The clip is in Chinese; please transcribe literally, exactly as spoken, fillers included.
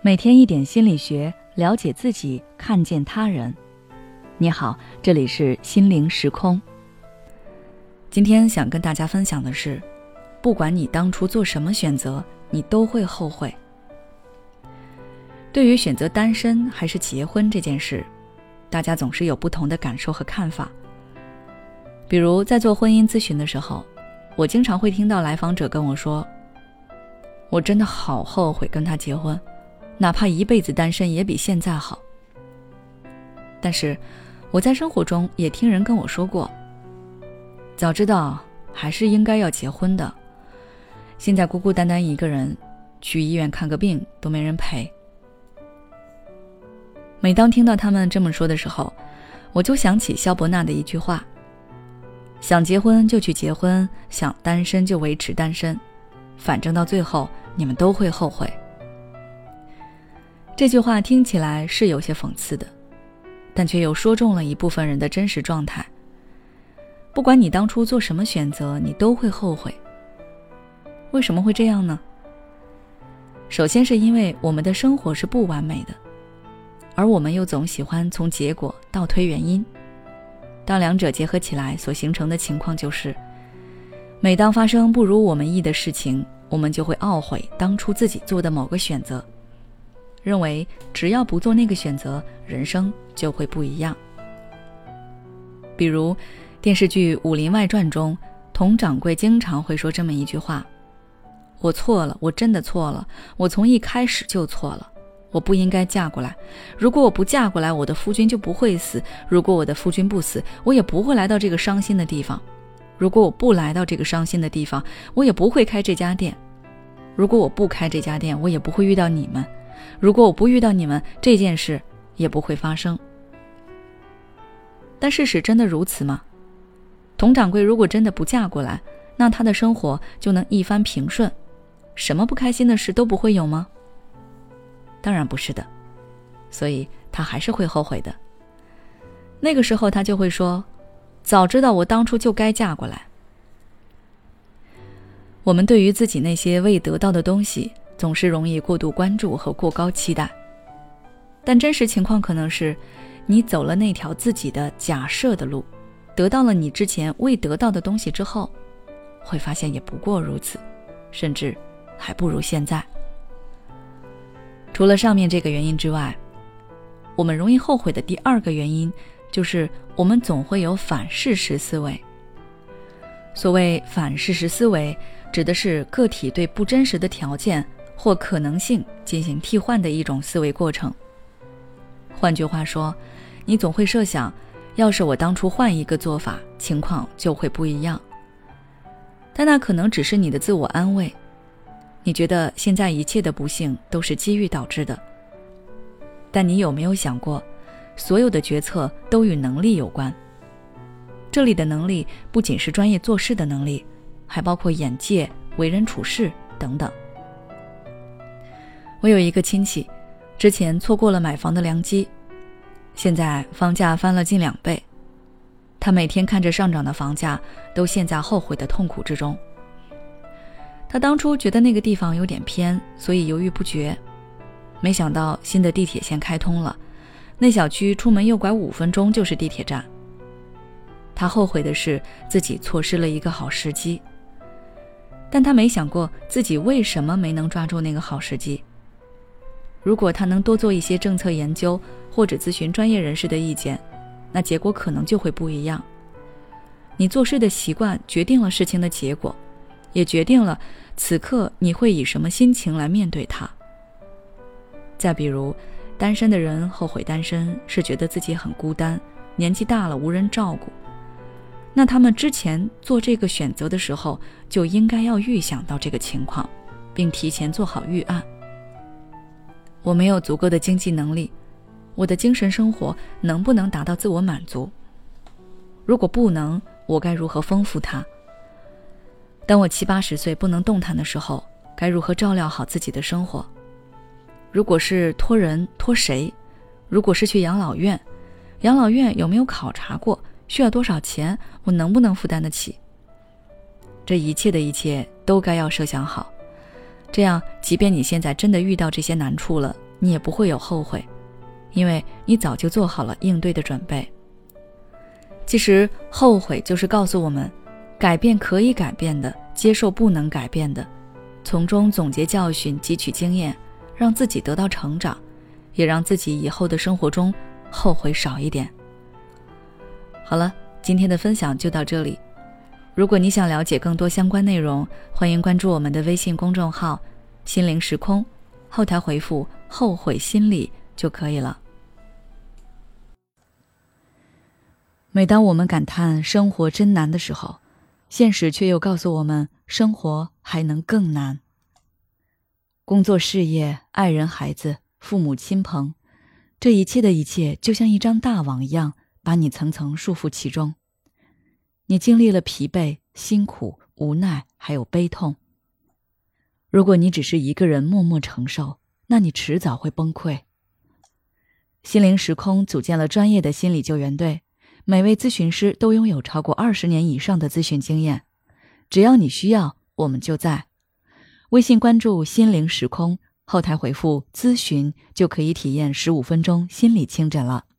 每天一点心理学，了解自己，看见他人。你好，这里是心灵时空。今天想跟大家分享的是，不管你当初做什么选择，你都会后悔。对于选择单身还是结婚这件事，大家总是有不同的感受和看法。比如在做婚姻咨询的时候，我经常会听到来访者跟我说，我真的好后悔跟他结婚，哪怕一辈子单身也比现在好。但是我在生活中也听人跟我说过，早知道还是应该要结婚的，现在孤孤单单一个人，去医院看个病都没人陪。每当听到他们这么说的时候，我就想起萧伯纳的一句话，想结婚就去结婚，想单身就维持单身，反正到最后你们都会后悔。这句话听起来是有些讽刺的，但却又说中了一部分人的真实状态。不管你当初做什么选择，你都会后悔。为什么会这样呢？首先是因为我们的生活是不完美的，而我们又总喜欢从结果倒推原因。当两者结合起来所形成的情况就是，每当发生不如我们意的事情，我们就会懊悔当初自己做的某个选择，认为只要不做那个选择，人生就会不一样。比如电视剧《武林外传》中，佟掌柜经常会说这么一句话，我错了，我真的错了，我从一开始就错了，我不应该嫁过来，如果我不嫁过来，我的夫君就不会死，如果我的夫君不死，我也不会来到这个伤心的地方，如果我不来到这个伤心的地方，我也不会开这家店，如果我不开这家店，我也不会遇到你们，如果我不遇到你们，这件事也不会发生。但事实真的如此吗？佟掌柜如果真的不嫁过来，那他的生活就能一帆平顺，什么不开心的事都不会有吗？当然不是的，所以他还是会后悔的。那个时候他就会说，早知道我当初就该嫁过来。我们对于自己那些未得到的东西，总是容易过度关注和过高期待，但真实情况可能是，你走了那条自己的假设的路，得到了你之前未得到的东西之后，会发现也不过如此，甚至还不如现在。除了上面这个原因之外，我们容易后悔的第二个原因，就是我们总会有反事实思维。所谓反事实思维，指的是个体对不真实的条件或可能性进行替换的一种思维过程。换句话说，你总会设想，要是我当初换一个做法，情况就会不一样。但那可能只是你的自我安慰，你觉得现在一切的不幸都是机遇导致的。但你有没有想过，所有的决策都与能力有关。这里的能力不仅是专业做事的能力，还包括眼界、为人处事等等。我有一个亲戚，之前错过了买房的良机，现在房价翻了近两倍，他每天看着上涨的房价，都陷在后悔的痛苦之中。他当初觉得那个地方有点偏，所以犹豫不决，没想到新的地铁线开通了，那小区出门右拐五分钟就是地铁站。他后悔的是自己错失了一个好时机，但他没想过自己为什么没能抓住那个好时机。如果他能多做一些政策研究，或者咨询专业人士的意见，那结果可能就会不一样。你做事的习惯决定了事情的结果，也决定了此刻你会以什么心情来面对它。再比如，单身的人后悔单身，是觉得自己很孤单，年纪大了无人照顾。那他们之前做这个选择的时候，就应该要预想到这个情况，并提前做好预案。我没有足够的经济能力，我的精神生活能不能达到自我满足？如果不能，我该如何丰富它？当我七八十岁不能动弹的时候，该如何照料好自己的生活？如果是托人，托谁？如果是去养老院，养老院有没有考察过？需要多少钱？我能不能负担得起？这一切的一切都该要设想好，这样即便你现在真的遇到这些难处了， 你也不会有后悔，因为你早就做好了应对的准备。其实后悔就是告诉我们，改变可以改变的，接受不能改变的，从中总结教训，汲取经验，让自己得到成长，也让自己以后的生活中后悔少一点。好了，今天的分享就到这里。如果你想了解更多相关内容，欢迎关注我们的微信公众号心灵时空，后台回复后悔心理就可以了。每当我们感叹生活真难的时候，现实却又告诉我们，生活还能更难。工作、事业、爱人、孩子、父母亲朋，这一切的一切就像一张大网一样，把你层层束缚其中。你经历了疲惫、辛苦、无奈，还有悲痛。如果你只是一个人默默承受，那你迟早会崩溃。心灵时空组建了专业的心理救援队，每位咨询师都拥有超过二十年以上的咨询经验。只要你需要，我们就在。微信关注心灵时空，后台回复咨询就可以体验十五分钟心理清诊了。